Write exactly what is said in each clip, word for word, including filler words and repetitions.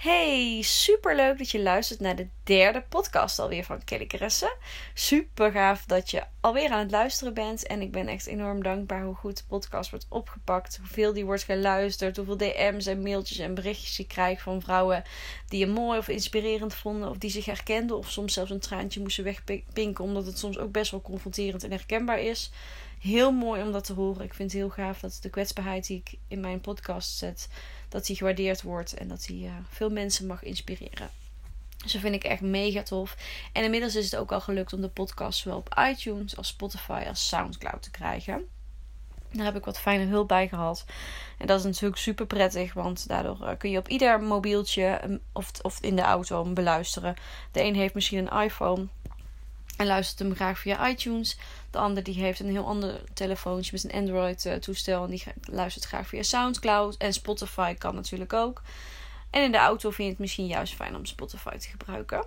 Hey, super leuk dat je luistert naar de derde podcast alweer van Kelly Caresse. Super gaaf dat je alweer aan het luisteren bent. En ik ben echt enorm dankbaar hoe goed de podcast wordt opgepakt. Hoeveel die wordt geluisterd. Hoeveel D M's en mailtjes en berichtjes ik krijg van vrouwen die je mooi of inspirerend vonden. Of die zich herkenden. Of soms zelfs een traantje moesten wegpinken. Omdat het soms ook best wel confronterend en herkenbaar is. Heel mooi om dat te horen. Ik vind het heel gaaf dat de kwetsbaarheid die ik in mijn podcast zet, dat die gewaardeerd wordt en dat die uh, veel mensen mag inspireren. Dus dat vind ik echt mega tof. En inmiddels is het ook al gelukt om de podcast zowel op iTunes als Spotify als Soundcloud te krijgen. Daar heb ik wat fijne hulp bij gehad. En dat is natuurlijk super prettig, want daardoor uh, kun je op ieder mobieltje um, of, of in de auto hem beluisteren. De een heeft misschien een iPhone en luistert hem graag via iTunes. De ander die heeft een heel ander telefoontje met een Android uh, toestel. En die luistert graag via Soundcloud. En Spotify kan natuurlijk ook. En in de auto vind je het misschien juist fijn om Spotify te gebruiken.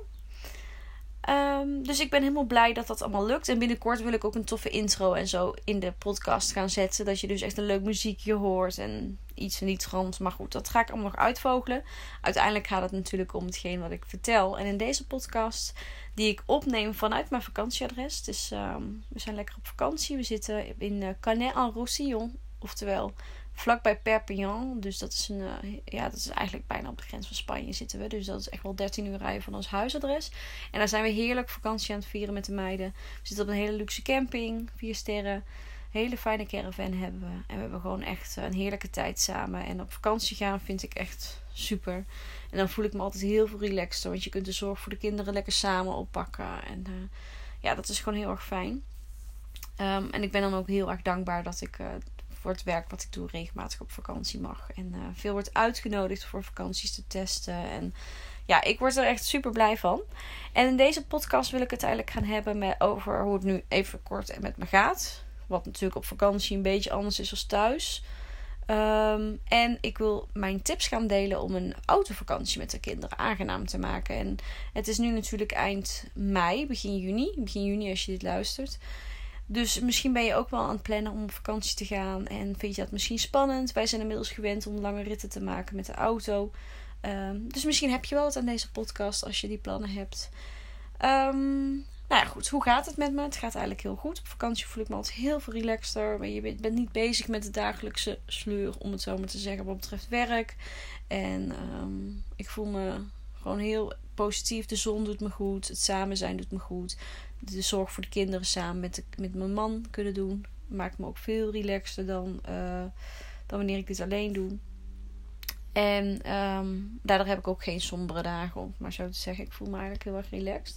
Um, dus ik ben helemaal blij dat dat allemaal lukt. En binnenkort wil ik ook een toffe intro en zo in de podcast gaan zetten. Dat je dus echt een leuk muziekje hoort en iets in die trant. Maar goed, dat ga ik allemaal nog uitvogelen. Uiteindelijk gaat het natuurlijk om hetgeen wat ik vertel. En in deze podcast die ik opneem vanuit mijn vakantieadres. Dus um, we zijn lekker op vakantie. We zitten in uh, Canet-en-Roussillon. Oftewel vlakbij Perpignan. Dus dat is, een, uh, ja, dat is eigenlijk bijna op de grens van Spanje zitten we. Dus dat is echt wel dertien uur rijden van ons huisadres. En daar zijn we heerlijk vakantie aan het vieren met de meiden. We zitten op een hele luxe camping. Vier sterren. Hele fijne caravan hebben we. En we hebben gewoon echt een heerlijke tijd samen. En op vakantie gaan vind ik echt super. En dan voel ik me altijd heel veel relaxter. Want je kunt de zorg voor de kinderen lekker samen oppakken. En uh, ja, dat is gewoon heel erg fijn. Um, en ik ben dan ook heel erg dankbaar dat ik uh, voor het werk wat ik doe regelmatig op vakantie mag. En uh, veel wordt uitgenodigd voor vakanties te testen. En ja, ik word er echt super blij van. En in deze podcast wil ik het eigenlijk gaan hebben met, over hoe het nu even kort met me gaat. Wat natuurlijk op vakantie een beetje anders is dan thuis. Um, en ik wil mijn tips gaan delen om een autovakantie met de kinderen aangenaam te maken. En het is nu natuurlijk eind mei, begin juni. Begin juni als je dit luistert. Dus misschien ben je ook wel aan het plannen om op vakantie te gaan. En vind je dat misschien spannend. Wij zijn inmiddels gewend om lange ritten te maken met de auto. Um, dus misschien heb je wel wat aan deze podcast als je die plannen hebt. Um, nou ja, goed. Hoe gaat het met me? Het gaat eigenlijk heel goed. Op vakantie voel ik me altijd heel veel relaxter. Maar je bent niet bezig met de dagelijkse sleur, om het zo maar te zeggen, wat betreft werk. En um, ik voel me gewoon heel positief. De zon doet me goed. Het samen zijn doet me goed. De zorg voor de kinderen samen met, de, met mijn man kunnen doen maakt me ook veel relaxter dan, uh, dan wanneer ik dit alleen doe. En um, daardoor heb ik ook geen sombere dagen, om maar zo te zeggen. Ik voel me eigenlijk heel erg relaxed.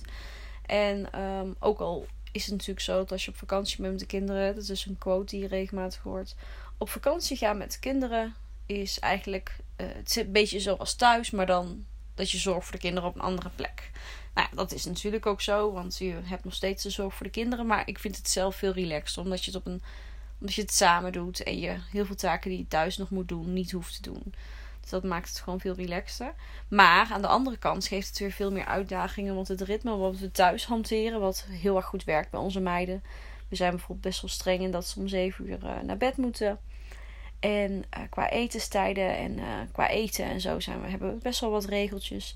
En um, ook al is het natuurlijk zo dat als je op vakantie bent met de kinderen, dat is een quote die je regelmatig hoort. Op vakantie gaan met de kinderen is eigenlijk uh, het is een beetje zoals thuis, maar dan dat je zorgt voor de kinderen op een andere plek. Nou ja, dat is natuurlijk ook zo, want je hebt nog steeds de zorg voor de kinderen. Maar ik vind het zelf veel relaxter, omdat je het, op een, omdat je het samen doet en je heel veel taken die je thuis nog moet doen, niet hoeft te doen. Dus dat maakt het gewoon veel relaxter. Maar aan de andere kant geeft het weer veel meer uitdagingen. Want het ritme wat we thuis hanteren, wat heel erg goed werkt bij onze meiden. We zijn bijvoorbeeld best wel streng in dat ze om zeven uur uh, naar bed moeten. En uh, qua etenstijden en uh, qua eten en zo zijn we, hebben we best wel wat regeltjes.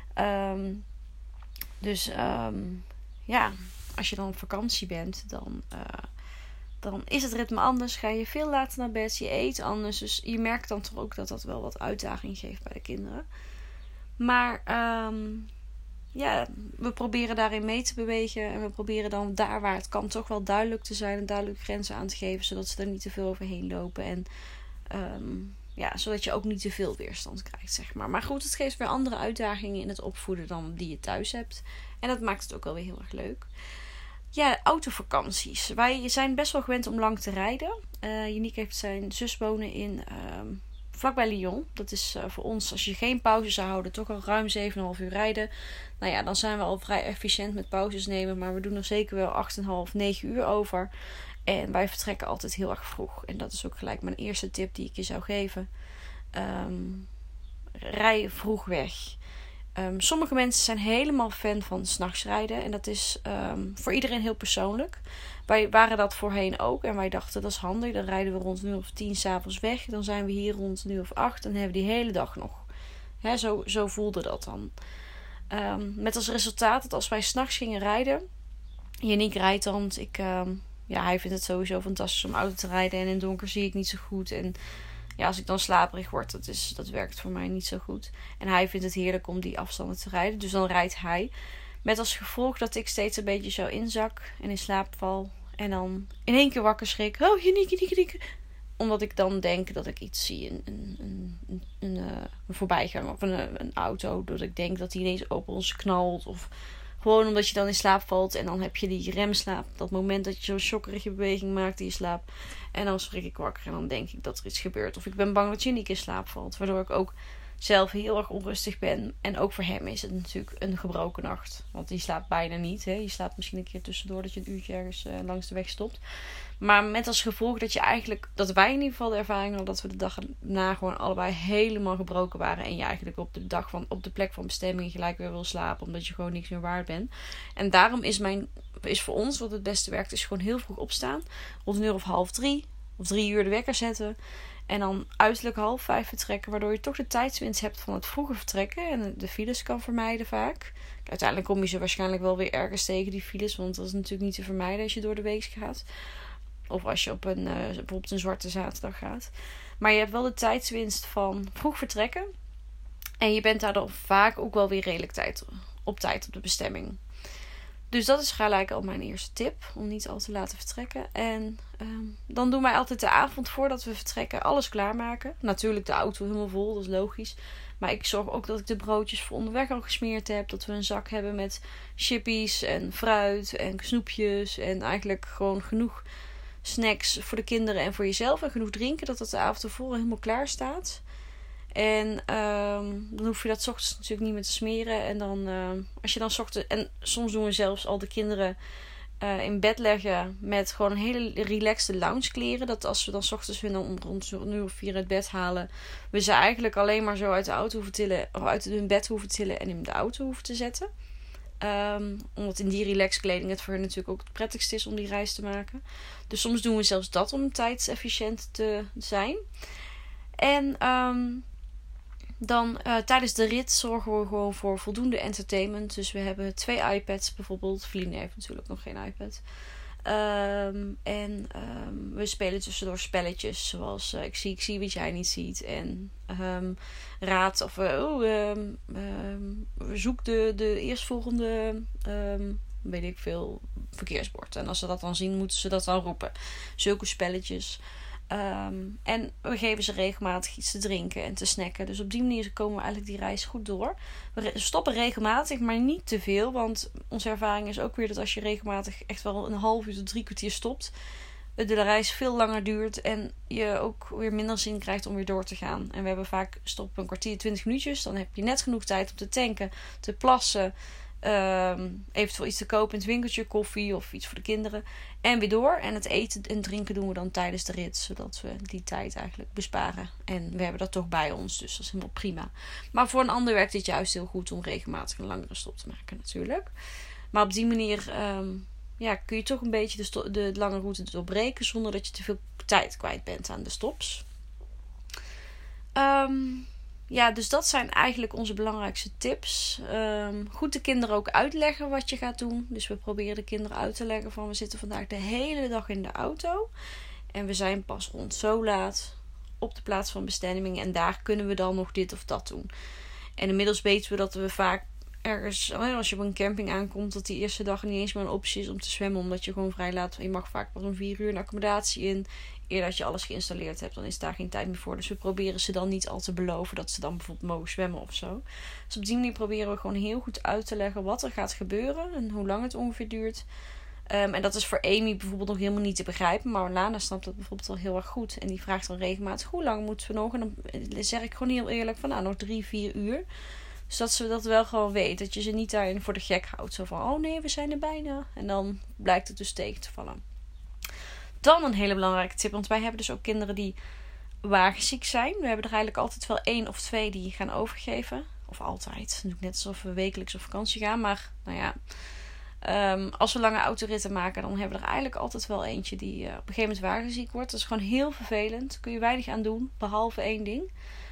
Um, dus um, ja, als je dan op vakantie bent, dan... Uh, Dan is het ritme anders. Ga je veel later naar bed. Je eet anders. Dus je merkt dan toch ook dat dat wel wat uitdaging geeft bij de kinderen. Maar um, ja, we proberen daarin mee te bewegen. En we proberen dan daar waar het kan toch wel duidelijk te zijn. En duidelijk grenzen aan te geven. Zodat ze er niet te veel overheen lopen. En um, ja, zodat je ook niet te veel weerstand krijgt, zeg maar. Maar goed, het geeft weer andere uitdagingen in het opvoeden dan die je thuis hebt. En dat maakt het ook wel weer heel erg leuk. Ja, autovakanties. Wij zijn best wel gewend om lang te rijden. Uh, Unique heeft zijn zus wonen in uh, vlakbij Lyon. Dat is uh, voor ons, als je geen pauze zou houden, toch al ruim zeven komma vijf uur rijden. Nou ja, dan zijn we al vrij efficiënt met pauzes nemen. Maar we doen er zeker wel acht komma vijf, negen uur over. En wij vertrekken altijd heel erg vroeg. En dat is ook gelijk mijn eerste tip die ik je zou geven. Um, rij vroeg weg. Um, sommige mensen zijn helemaal fan van 's nachts rijden. En dat is um, voor iedereen heel persoonlijk. Wij waren dat voorheen ook. En wij dachten, dat is handig. Dan rijden we rond een uur of tien 's avonds weg. Dan zijn we hier rond een uur of acht. Dan hebben we die hele dag nog Hè, zo, zo voelde dat dan. Um, met als resultaat dat als wij 's nachts gingen rijden. Yannick rijdt dan. Want ik, um, ja, hij vindt het sowieso fantastisch om auto te rijden. En in het donker zie ik niet zo goed. En ja, als ik dan slaperig word, dat, is, dat werkt voor mij niet zo goed. En hij vindt het heerlijk om die afstanden te rijden. Dus dan rijdt hij. Met als gevolg dat ik steeds een beetje zo inzak en in slaap val. En dan in één keer wakker schrik. Oh, Yannick, Yannick, Yannick. Omdat ik dan denk dat ik iets zie. Een, een, een, een, een, een voorbijganger of een, een auto. Dat ik denk dat die ineens op ons knalt. Of gewoon omdat je dan in slaap valt. En dan heb je die remslaap. Dat moment dat je zo'n shokkerige beweging maakt in je slaap. En dan schrik ik wakker. En dan denk ik dat er iets gebeurt. Of ik ben bang dat Yannick in slaap valt. Waardoor ik ook zelf heel erg onrustig ben. En ook voor hem is het natuurlijk een gebroken nacht. Want die slaapt bijna niet. Hè? Je slaapt misschien een keer tussendoor dat je een uurtje ergens uh, langs de weg stopt. Maar met als gevolg dat je eigenlijk, dat wij in ieder geval de ervaring hadden dat we de dag na gewoon allebei helemaal gebroken waren. En je eigenlijk op de dag van, op de plek van bestemming gelijk weer wil slapen. Omdat je gewoon niks meer waard bent. En daarom is mijn, is voor ons wat het beste werkt, is gewoon heel vroeg opstaan. Rond een uur of half drie. Of drie uur de wekker zetten. En dan uiterlijk half vijf vertrekken. Waardoor je toch de tijdswinst hebt van het vroege vertrekken. En de files kan vermijden vaak. Uiteindelijk kom je ze waarschijnlijk wel weer ergens tegen, die files. Want dat is natuurlijk niet te vermijden als je door de week gaat. Of als je op een, uh, bijvoorbeeld een zwarte zaterdag gaat. Maar je hebt wel de tijdswinst van vroeg vertrekken. En je bent daardoor vaak ook wel weer redelijk tijd, op tijd op de bestemming. Dus dat is gelijk al mijn eerste tip. Om niet al te laten vertrekken. En um, dan doen wij altijd de avond voordat we vertrekken alles klaarmaken. Natuurlijk de auto helemaal vol, dat is logisch. Maar ik zorg ook dat ik de broodjes voor onderweg al gesmeerd heb. Dat we een zak hebben met chippies en fruit en snoepjes. En eigenlijk gewoon genoeg snacks voor de kinderen en voor jezelf. En genoeg drinken, dat dat de avond ervoor helemaal klaar staat. En um, dan hoef je dat 's ochtends natuurlijk niet meer te smeren. En dan, uh, als je dan 's ochtends... En soms doen we zelfs al de kinderen uh, in bed leggen met gewoon een hele relaxte loungekleren. Dat als we dan 's ochtends hun dan rond een uur of vier uit bed halen, we ze eigenlijk alleen maar zo uit de auto hoeven tillen, of uit hun bed hoeven tillen en in de auto hoeven te zetten. Um, omdat in die relaxkleding het voor hen natuurlijk ook het prettigste is om die reis te maken. Dus soms doen we zelfs dat om tijdsefficiënt te zijn. En um, dan uh, tijdens de rit zorgen we gewoon voor voldoende entertainment. Dus we hebben twee iPads bijvoorbeeld. Feline heeft natuurlijk nog geen iPad. Um, en um, we spelen tussendoor spelletjes zoals uh, ik, zie, ik zie wat jij niet ziet. En um, raad of uh, oh, um, um, zoek de, de eerstvolgende um, weet ik veel verkeersbord. En als ze dat dan zien, moeten ze dat dan roepen. Zulke spelletjes. Um, en we geven ze regelmatig iets te drinken en te snacken. Dus op die manier komen we eigenlijk die reis goed door. We stoppen regelmatig, maar niet te veel. Want onze ervaring is ook weer dat als je regelmatig echt wel een half uur tot drie kwartier stopt, de reis veel langer duurt en je ook weer minder zin krijgt om weer door te gaan. En we hebben vaak stoppen een kwartier, twintig minuutjes. Dan heb je net genoeg tijd om te tanken, te plassen. Um, eventueel iets te kopen in het winkeltje, koffie of iets voor de kinderen. En weer door. En het eten en drinken doen we dan tijdens de rit. Zodat we die tijd eigenlijk besparen. En we hebben dat toch bij ons. Dus dat is helemaal prima. Maar voor een ander werkt dit juist heel goed om regelmatig een langere stop te maken natuurlijk. Maar op die manier um, ja, kun je toch een beetje de, sto- de lange route doorbreken. Zonder dat je te veel tijd kwijt bent aan de stops. Um, Ja, dus dat zijn eigenlijk onze belangrijkste tips. Um, goed de kinderen ook uitleggen wat je gaat doen. Dus we proberen de kinderen uit te leggen van we zitten vandaag de hele dag in de auto. En we zijn pas rond zo laat op de plaats van bestemming. En daar kunnen we dan nog dit of dat doen. En inmiddels weten we dat we vaak ergens, als je op een camping aankomt, dat die eerste dag niet eens meer een optie is om te zwemmen. Omdat je gewoon vrij laat, je mag vaak pas om vier uur een accommodatie in. Eerder dat je alles geïnstalleerd hebt, dan is daar geen tijd meer voor. Dus we proberen ze dan niet al te beloven dat ze dan bijvoorbeeld mogen zwemmen of zo. Dus op die manier proberen we gewoon heel goed uit te leggen wat er gaat gebeuren en hoe lang het ongeveer duurt. Um, en dat is voor Amy bijvoorbeeld nog helemaal niet te begrijpen. Maar Lana snapt dat bijvoorbeeld wel heel erg goed. En die vraagt dan regelmatig hoe lang moeten we nog. En dan zeg ik gewoon heel eerlijk van nou nog drie, vier uur. Dus dat ze dat wel gewoon weet. Dat je ze niet daarin voor de gek houdt. Zo van oh nee, we zijn er bijna. En dan blijkt het dus tegen te vallen. Dan een hele belangrijke tip. Want wij hebben dus ook kinderen die wagenziek zijn. We hebben er eigenlijk altijd wel één of twee die gaan overgeven. Of altijd. Net alsof we wekelijks op vakantie gaan. Maar nou ja. Um, als we lange autoritten maken, dan hebben we er eigenlijk altijd wel eentje die uh, op een gegeven moment wagenziek wordt. Dat is gewoon heel vervelend. Daar kun je weinig aan doen. Behalve één ding.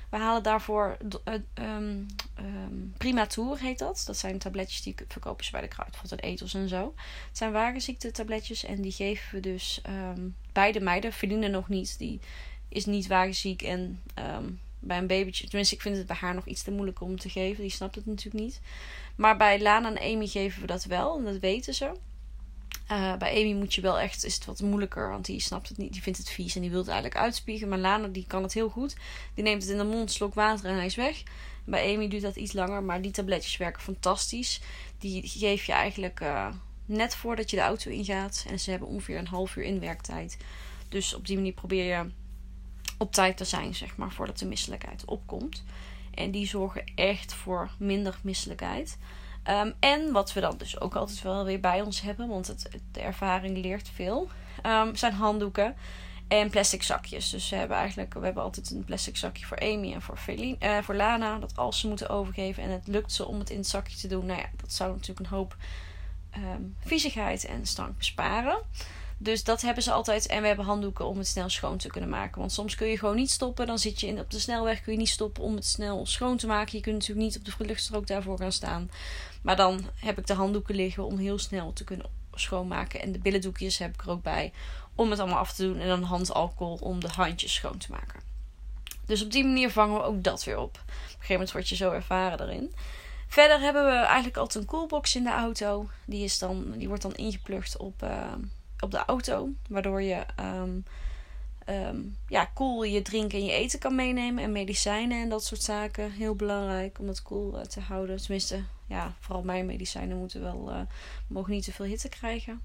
We halen daarvoor uh, um, um, Primatour heet dat. Dat zijn tabletjes die verkopen ze bij de Kruidvat en Ethos en zo. Het zijn wagenziekte tabletjes en die geven we dus um, bij de meiden. Feline nog niet, die is niet wagenziek en um, bij een babytje, tenminste ik vind het bij haar nog iets te moeilijk om te geven. Die snapt het natuurlijk niet. Maar bij Lana en Amy geven we dat wel en dat weten ze. Uh, bij Amy moet je wel echt, is het wat moeilijker, want die snapt het niet, die vindt het vies en die wil het eigenlijk uitspiegen. Maar Lana die kan het heel goed. Die neemt het in de mond, slok water en hij is weg. Bij Amy duurt dat iets langer, maar die tabletjes werken fantastisch. Die geef je eigenlijk uh, net voordat je de auto ingaat en ze hebben ongeveer een half uur inwerktijd. Dus op die manier probeer je op tijd te zijn, zeg maar, voordat de misselijkheid opkomt. En die zorgen echt voor minder misselijkheid. Um, en wat we dan dus ook altijd wel weer bij ons hebben, want het, de ervaring leert veel, um, zijn handdoeken en plastic zakjes. Dus we hebben eigenlijk, we hebben altijd een plastic zakje voor Amy en voor, Feline, uh, voor Lana. Dat als ze moeten overgeven en het lukt ze om het in het zakje te doen, nou ja, dat zou natuurlijk een hoop um, viezigheid en stank besparen. Dus dat hebben ze altijd. En we hebben handdoeken om het snel schoon te kunnen maken. Want soms kun je gewoon niet stoppen. Dan zit je in, op de snelweg, kun je niet stoppen om het snel schoon te maken. Je kunt natuurlijk niet op de vluchtstrook daarvoor gaan staan. Maar dan heb ik de handdoeken liggen om heel snel te kunnen schoonmaken. En de billendoekjes heb ik er ook bij om het allemaal af te doen. En dan handalcohol om de handjes schoon te maken. Dus op die manier vangen we ook dat weer op. Op een gegeven moment word je zo ervaren erin. Verder hebben we eigenlijk altijd een coolbox in de auto. Die, is dan, die wordt dan ingeplucht op... Uh, op de auto, waardoor je um, um, ja, cool je drinken en je eten kan meenemen en medicijnen en dat soort zaken. Heel belangrijk om dat cool uh, te houden. Tenminste, ja, vooral mijn medicijnen moeten wel, uh, mogen niet te veel hitte krijgen.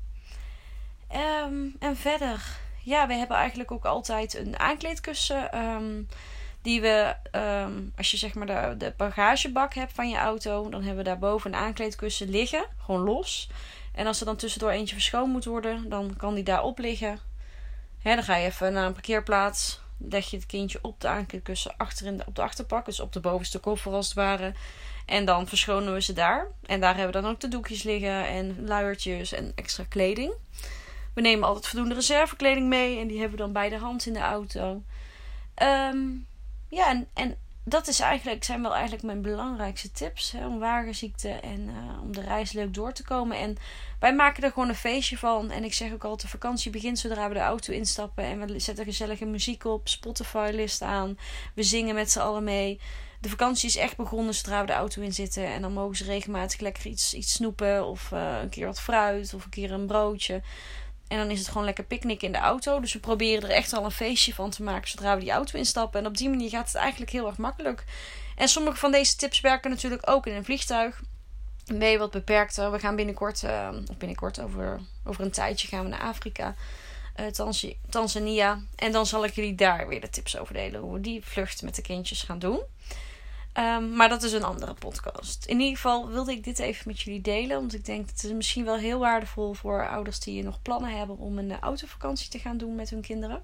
Um, en verder, ja, we hebben eigenlijk ook altijd een aankleedkussen um, die we, um, als je zeg maar de, de bagagebak hebt van je auto, dan hebben we daarboven een aankleedkussen liggen, gewoon los. En als er dan tussendoor eentje verschoond moet worden, dan kan die daarop liggen. Hè, dan ga je even naar een parkeerplaats. Leg je het kindje op de aankleedkussen achterin op de achterpak. Dus op de bovenste koffer als het ware. En dan verschonen we ze daar. En daar hebben we dan ook de doekjes liggen en luiertjes en extra kleding. We nemen altijd voldoende reservekleding mee. En die hebben we dan bij de hand in de auto. Um, ja, en... en dat is eigenlijk, zijn wel eigenlijk mijn belangrijkste tips. Hè, om wagenziekte en uh, om de reis leuk door te komen. En wij maken er gewoon een feestje van. En ik zeg ook altijd, de vakantie begint zodra we de auto instappen. En we zetten gezellige muziek op, Spotify-list aan. We zingen met z'n allen mee. De vakantie is echt begonnen zodra we de auto in zitten. En dan mogen ze regelmatig lekker iets, iets snoepen. Of uh, een keer wat fruit. Of een keer een broodje. En dan is het gewoon lekker picknicken in de auto. Dus we proberen er echt al een feestje van te maken zodra we die auto instappen. En op die manier gaat het eigenlijk heel erg makkelijk. En sommige van deze tips werken natuurlijk ook in een vliegtuig. Dan ben je wat beperkter. We gaan binnenkort, uh, of binnenkort over, over een tijdje gaan we naar Afrika. Uh, Tanz- Tanzania. En dan zal ik jullie daar weer de tips over delen. Hoe we die vlucht met de kindjes gaan doen. Um, maar dat is een andere podcast. In ieder geval wilde ik dit even met jullie delen. Want ik denk dat het misschien wel heel waardevol voor ouders die nog plannen hebben om een autovakantie te gaan doen met hun kinderen.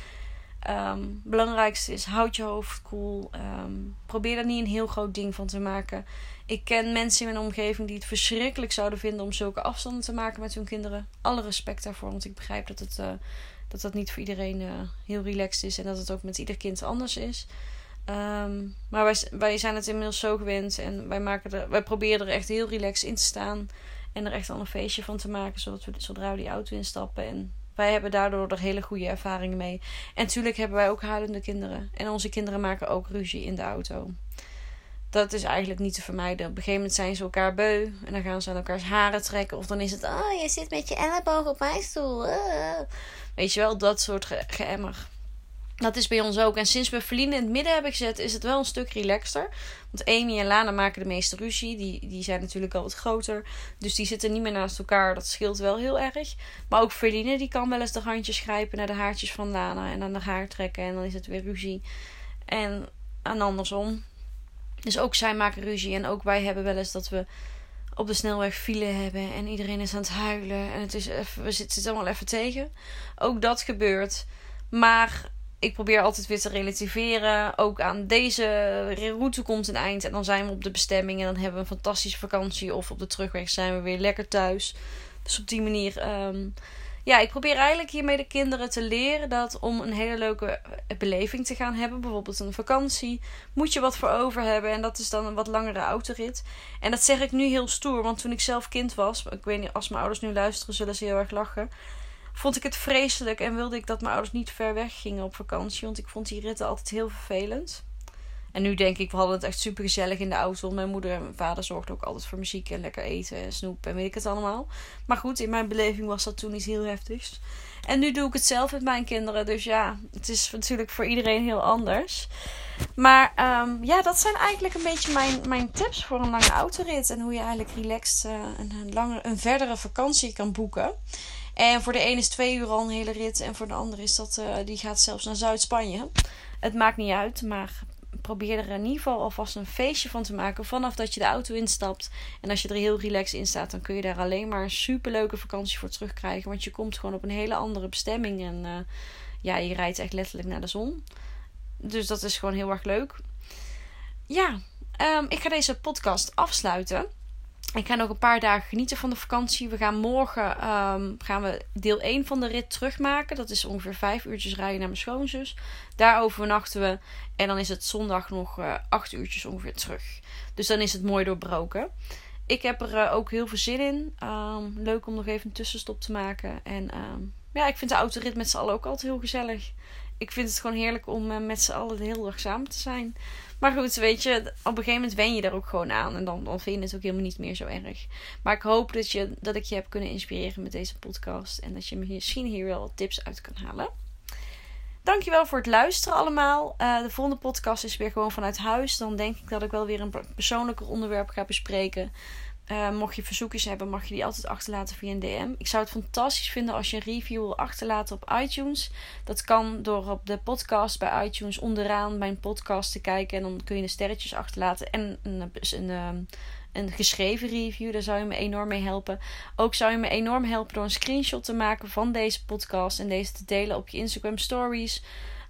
Um, belangrijkste is, houd je hoofd koel. Um, probeer er niet een heel groot ding van te maken. Ik ken mensen in mijn omgeving die het verschrikkelijk zouden vinden om zulke afstanden te maken met hun kinderen. Alle respect daarvoor, want ik begrijp dat het, uh, dat, dat niet voor iedereen uh, heel relaxed is. En dat het ook met ieder kind anders is. Um, maar wij, wij zijn het inmiddels zo gewend. En wij, maken er, wij proberen er echt heel relaxed in te staan. En er echt al een feestje van te maken. Zodat we zodra we die auto instappen. En wij hebben daardoor er hele goede ervaringen mee. En natuurlijk hebben wij ook huilende kinderen. En onze kinderen maken ook ruzie in de auto. Dat is eigenlijk niet te vermijden. Op een gegeven moment zijn ze elkaar beu. En dan gaan ze aan elkaars haren trekken. Of dan is het, oh, je zit met je elleboog op mijn stoel. Uh. Weet je wel, dat soort ge- geëmmer. Dat is bij ons ook. En sinds we Feline in het midden hebben gezet, is het wel een stuk relaxter. Want Amy en Lana maken de meeste ruzie. Die, die zijn natuurlijk al wat groter. Dus die zitten niet meer naast elkaar. Dat scheelt wel heel erg. Maar ook Feline, die kan wel eens de handjes grijpen naar de haartjes van Lana. En aan de haar trekken. En dan is het weer ruzie. En, en andersom. Dus ook zij maken ruzie. En ook wij hebben wel eens dat we op de snelweg file hebben. En iedereen is aan het huilen. En het is even, we zitten het allemaal even tegen. Ook dat gebeurt. Maar ik probeer altijd weer te relativeren. Ook aan deze route komt een eind. En dan zijn we op de bestemming. En dan hebben we een fantastische vakantie. Of op de terugweg zijn we weer lekker thuis. Dus op die manier um, ja, ik probeer eigenlijk hiermee de kinderen te leren dat om een hele leuke beleving te gaan hebben, bijvoorbeeld een vakantie, moet je wat voor over hebben. En dat is dan een wat langere autorit. En dat zeg ik nu heel stoer, want toen ik zelf kind was, ik weet niet, als mijn ouders nu luisteren, zullen ze heel erg lachen, vond ik het vreselijk en wilde ik dat mijn ouders niet ver weg gingen op vakantie, want ik vond die ritten altijd heel vervelend. En nu denk ik, we hadden het echt super gezellig in de auto. Mijn moeder en mijn vader zorgden ook altijd voor muziek en lekker eten en snoep en weet ik het allemaal. Maar goed, in mijn beleving was dat toen iets heel heftigs. En nu doe ik het zelf met mijn kinderen. Dus ja, het is natuurlijk voor iedereen heel anders. Maar um, ja, dat zijn eigenlijk een beetje mijn, mijn tips voor een lange autorit. En hoe je eigenlijk relaxed uh, een, een, lange, een verdere vakantie kan boeken. En voor de ene is twee uur al een hele rit. En voor de andere is dat, uh, die gaat zelfs naar Zuid-Spanje. Het maakt niet uit, maar probeer er in ieder geval alvast een feestje van te maken vanaf dat je de auto instapt. En als je er heel relaxed in staat, dan kun je daar alleen maar een superleuke vakantie voor terugkrijgen. Want je komt gewoon op een hele andere bestemming. En uh, ja, je rijdt echt letterlijk naar de zon. Dus dat is gewoon heel erg leuk. Ja, um, ik ga deze podcast afsluiten. Ik ga nog een paar dagen genieten van de vakantie. We gaan morgen um, gaan we deel één van de rit terugmaken. Dat is ongeveer vijf uurtjes rijden naar mijn schoonzus. Daar overnachten we. En dan is het zondag nog uh, acht uurtjes ongeveer terug. Dus dan is het mooi doorbroken. Ik heb er uh, ook heel veel zin in. Um, leuk om nog even een tussenstop te maken. En um, ja, ik vind de autorit met z'n allen ook altijd heel gezellig. Ik vind het gewoon heerlijk om uh, met z'n allen de hele dag samen te zijn. Maar goed, weet je, op een gegeven moment wen je daar ook gewoon aan. En dan, dan vind je het ook helemaal niet meer zo erg. Maar ik hoop dat, je, dat ik je heb kunnen inspireren met deze podcast. En dat je misschien hier wel wat tips uit kan halen. Dankjewel voor het luisteren allemaal. Uh, de volgende podcast is weer gewoon vanuit huis. Dan denk ik dat ik wel weer een persoonlijker onderwerp ga bespreken. Uh, mocht je verzoekjes hebben, mag je die altijd achterlaten via een D M. Ik zou het fantastisch vinden als je een review wil achterlaten op iTunes. Dat kan door op de podcast bij iTunes onderaan mijn podcast te kijken. En dan kun je de sterretjes achterlaten. En een, een, een, een geschreven review. Daar zou je me enorm mee helpen. Ook zou je me enorm helpen door een screenshot te maken van deze podcast. En deze te delen op je Instagram stories.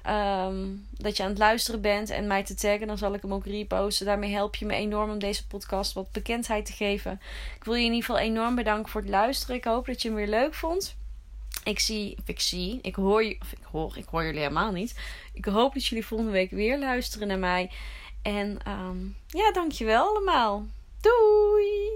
Um, dat je aan het luisteren bent en mij te taggen, dan zal ik hem ook reposten. Daarmee help je me enorm om deze podcast wat bekendheid te geven. Ik wil je in ieder geval enorm bedanken voor het luisteren. Ik hoop dat je hem weer leuk vond. Ik zie, of ik zie, ik hoor je, of ik hoor, ik hoor jullie helemaal niet. Ik hoop dat jullie volgende week weer luisteren naar mij. En um, ja, dankjewel allemaal. Doei!